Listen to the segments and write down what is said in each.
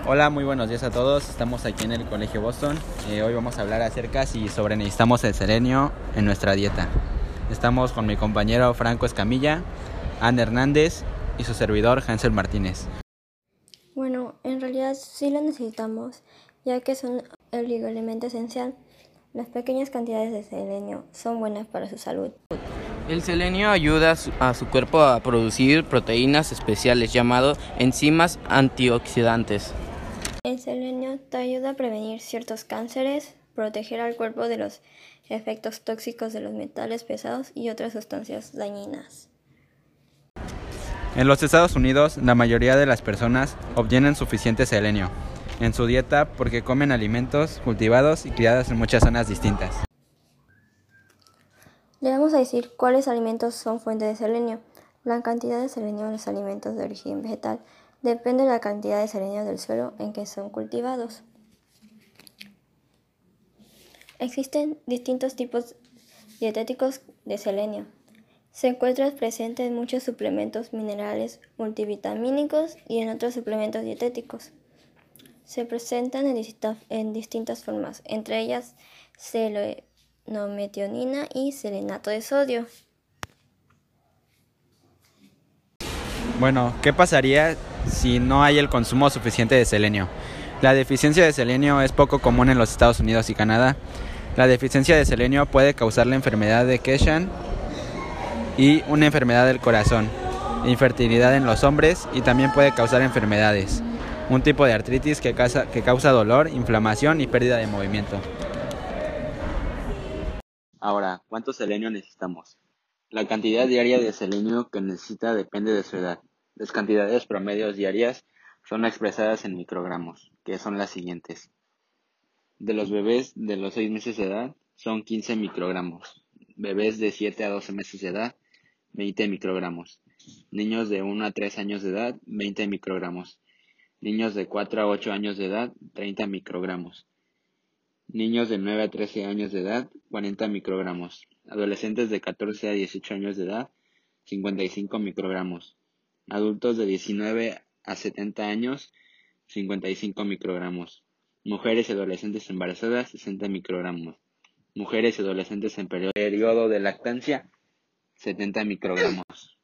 Hola, muy buenos días a todos. Estamos aquí en el Colegio Boston. Hoy vamos a hablar acerca si necesitamos el selenio en nuestra dieta. Estamos con mi compañero Franco Escamilla, Ana Hernández y su servidor Hansel Martínez. Bueno, en realidad sí lo necesitamos, ya que son el oligoelemento esencial. Las pequeñas cantidades de selenio son buenas para su salud. El selenio ayuda a su cuerpo a producir proteínas especiales llamadas enzimas antioxidantes. El selenio te ayuda a prevenir ciertos cánceres, proteger al cuerpo de los efectos tóxicos de los metales pesados y otras sustancias dañinas. En los Estados Unidos, la mayoría de las personas obtienen suficiente selenio en su dieta porque comen alimentos cultivados y criados en muchas zonas distintas. Le vamos a decir cuáles alimentos son fuente de selenio. La cantidad de selenio en los alimentos de origen vegetal depende de la cantidad de selenio del suelo en que son cultivados. Existen distintos tipos dietéticos de selenio. Se encuentra presente en muchos suplementos minerales multivitamínicos y en otros suplementos dietéticos. Se presentan en distintas formas, entre ellas selenometionina y selenato de sodio. Bueno, ¿qué pasaría si no hay el consumo suficiente de selenio? La deficiencia de selenio es poco común en los Estados Unidos y Canadá. La deficiencia de selenio puede causar la enfermedad de Keshan y una enfermedad del corazón, infertilidad en los hombres y también puede causar enfermedades, un tipo de artritis que causa dolor, inflamación y pérdida de movimiento. Ahora, ¿cuánto selenio necesitamos? La cantidad diaria de selenio que necesita depende de su edad. Las cantidades promedios diarias son expresadas en microgramos, que son las siguientes. De los bebés de los 6 meses de edad son 15 microgramos. Bebés de 7 a 12 meses de edad, 20 microgramos. Niños de 1 a 3 años de edad, 20 microgramos. Niños de 4 a 8 años de edad, 30 microgramos. Niños de 9 a 13 años de edad, 40 microgramos. Adolescentes de 14 a 18 años de edad, 55 microgramos. Adultos de 19 a 70 años, 55 microgramos. Mujeres y adolescentes embarazadas, 60 microgramos. Mujeres y adolescentes en periodo de lactancia, 70 microgramos.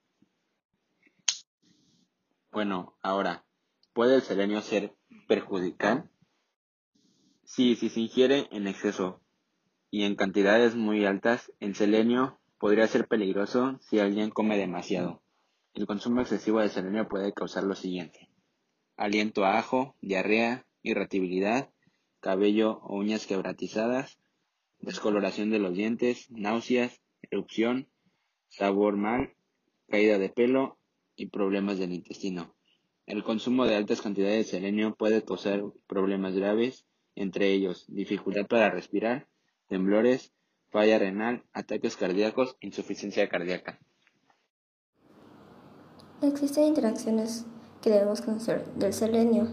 Bueno, ahora, ¿puede el selenio ser perjudicial? Sí, si se ingiere en exceso y en cantidades muy altas, el selenio podría ser peligroso si alguien come demasiado. El consumo excesivo de selenio puede causar lo siguiente: aliento a ajo, diarrea, irritabilidad, cabello o uñas quebradizadas, descoloración de los dientes, náuseas, erupción, sabor mal, caída de pelo y problemas del intestino. El consumo de altas cantidades de selenio puede causar problemas graves, entre ellos dificultad para respirar, temblores, falla renal, ataques cardíacos, insuficiencia cardíaca. Existen interacciones que debemos conocer del selenio.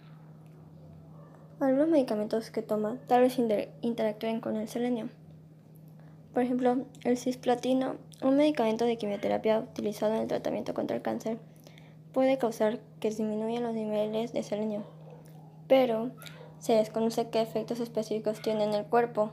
Algunos medicamentos que toman tal vez interactúen con el selenio. Por ejemplo, el cisplatino, un medicamento de quimioterapia utilizado en el tratamiento contra el cáncer, puede causar que disminuyan los niveles de selenio, pero se desconoce qué efectos específicos tiene en el cuerpo.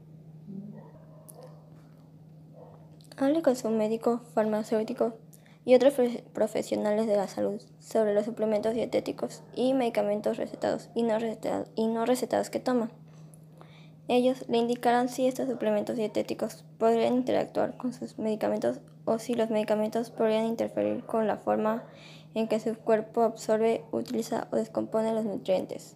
Hable con su médico, farmacéutico y otros profesionales de la salud sobre los suplementos dietéticos y medicamentos recetados y no recetados que toma. Ellos le indicarán si estos suplementos dietéticos podrían interactuar con sus medicamentos o si los medicamentos podrían interferir con la forma en que su cuerpo absorbe, utiliza o descompone los nutrientes.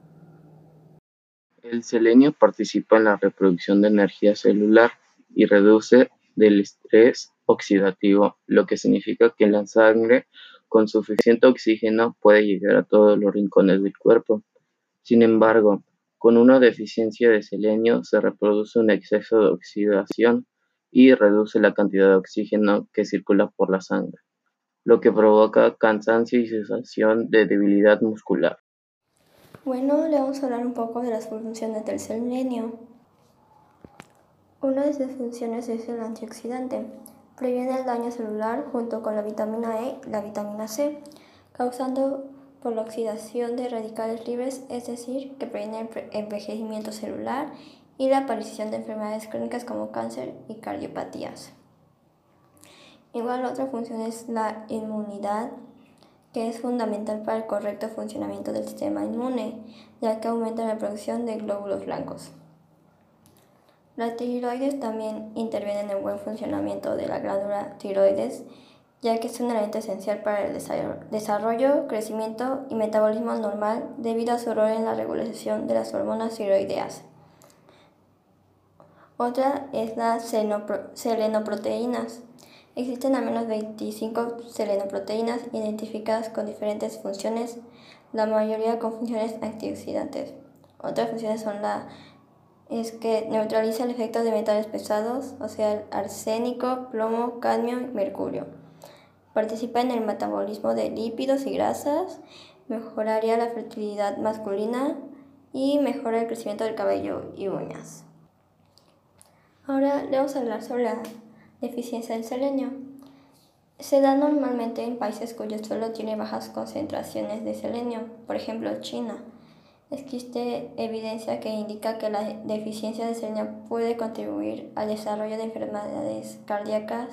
El selenio participa en la reproducción de energía celular y reduce del estrés oxidativo, lo que significa que la sangre con suficiente oxígeno puede llegar a todos los rincones del cuerpo. Sin embargo, con una deficiencia de selenio se reproduce un exceso de oxidación y reduce la cantidad de oxígeno que circula por la sangre, lo que provoca cansancio y sensación de debilidad muscular. Bueno, le vamos a hablar un poco de las funciones del selenio. Una de sus funciones es el antioxidante. Previene el daño celular junto con la vitamina E y la vitamina C, causando por la oxidación de radicales libres, es decir, que previene el envejecimiento celular y la aparición de enfermedades crónicas como cáncer y cardiopatías. Igual otra función es la inmunidad, que es fundamental para el correcto funcionamiento del sistema inmune, ya que aumenta la producción de glóbulos blancos. La tiroides también interviene en el buen funcionamiento de la glándula tiroides, ya que es un elemento esencial para el desarrollo, crecimiento y metabolismo normal debido a su rol en la regulación de las hormonas tiroideas. Otra es las selenoproteínas. Existen al menos 25 selenoproteínas identificadas con diferentes funciones, la mayoría con funciones antioxidantes. Otras funciones es que neutraliza el efecto de metales pesados, o sea, el arsénico, plomo, cadmio y mercurio. Participa en el metabolismo de lípidos y grasas, mejoraría la fertilidad masculina y mejora el crecimiento del cabello y uñas. Ahora le vamos a hablar sobre la deficiencia del selenio. Se da normalmente en países cuyo suelo tiene bajas concentraciones de selenio, por ejemplo China. Existe evidencia que indica que la deficiencia de selenio puede contribuir al desarrollo de enfermedades cardíacas,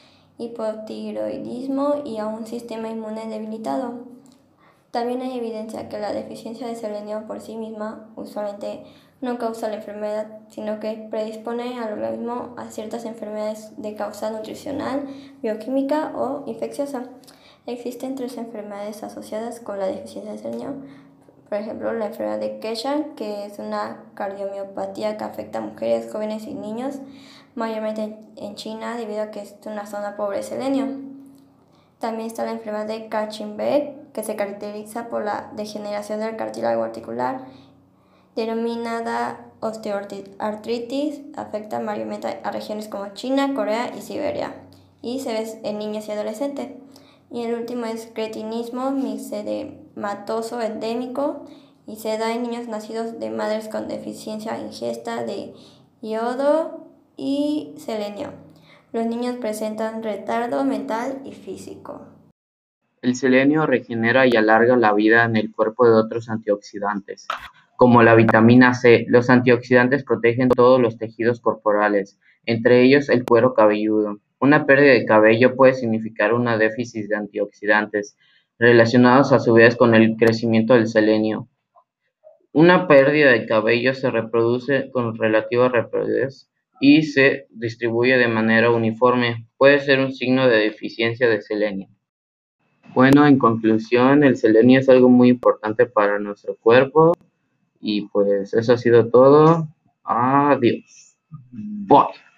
hipotiroidismo y a un sistema inmune debilitado. También hay evidencia que la deficiencia de selenio por sí misma usualmente no causa la enfermedad, sino que predispone al organismo a ciertas enfermedades de causa nutricional, bioquímica o infecciosa. Existen 3 enfermedades asociadas con la deficiencia de selenio. Por ejemplo, la enfermedad de Keshan, que es una cardiomiopatía que afecta a mujeres, jóvenes y niños, mayormente en China, debido a que es una zona pobre de selenio. También está la enfermedad de Katchenbeck, que se caracteriza por la degeneración del cartílago articular, denominada osteoartritis, afecta mayormente a regiones como China, Corea y Siberia, y se ve en niños y adolescentes. Y el último es cretinismo mixedematoso endémico, y se da en niños nacidos de madres con deficiencia ingesta de yodo y selenio. Los niños presentan retardo mental y físico. El selenio regenera y alarga la vida en el cuerpo de otros antioxidantes, como la vitamina C. Los antioxidantes protegen todos los tejidos corporales, entre ellos el cuero cabelludo. Una pérdida de cabello puede significar una déficit de antioxidantes, relacionados a su vez con el crecimiento del selenio. Una pérdida de cabello se reproduce con relativa rapidez y se distribuye de manera uniforme. Puede ser un signo de deficiencia de selenio. Bueno, en conclusión, el selenio es algo muy importante para nuestro cuerpo y pues eso ha sido todo. Adiós. Bye.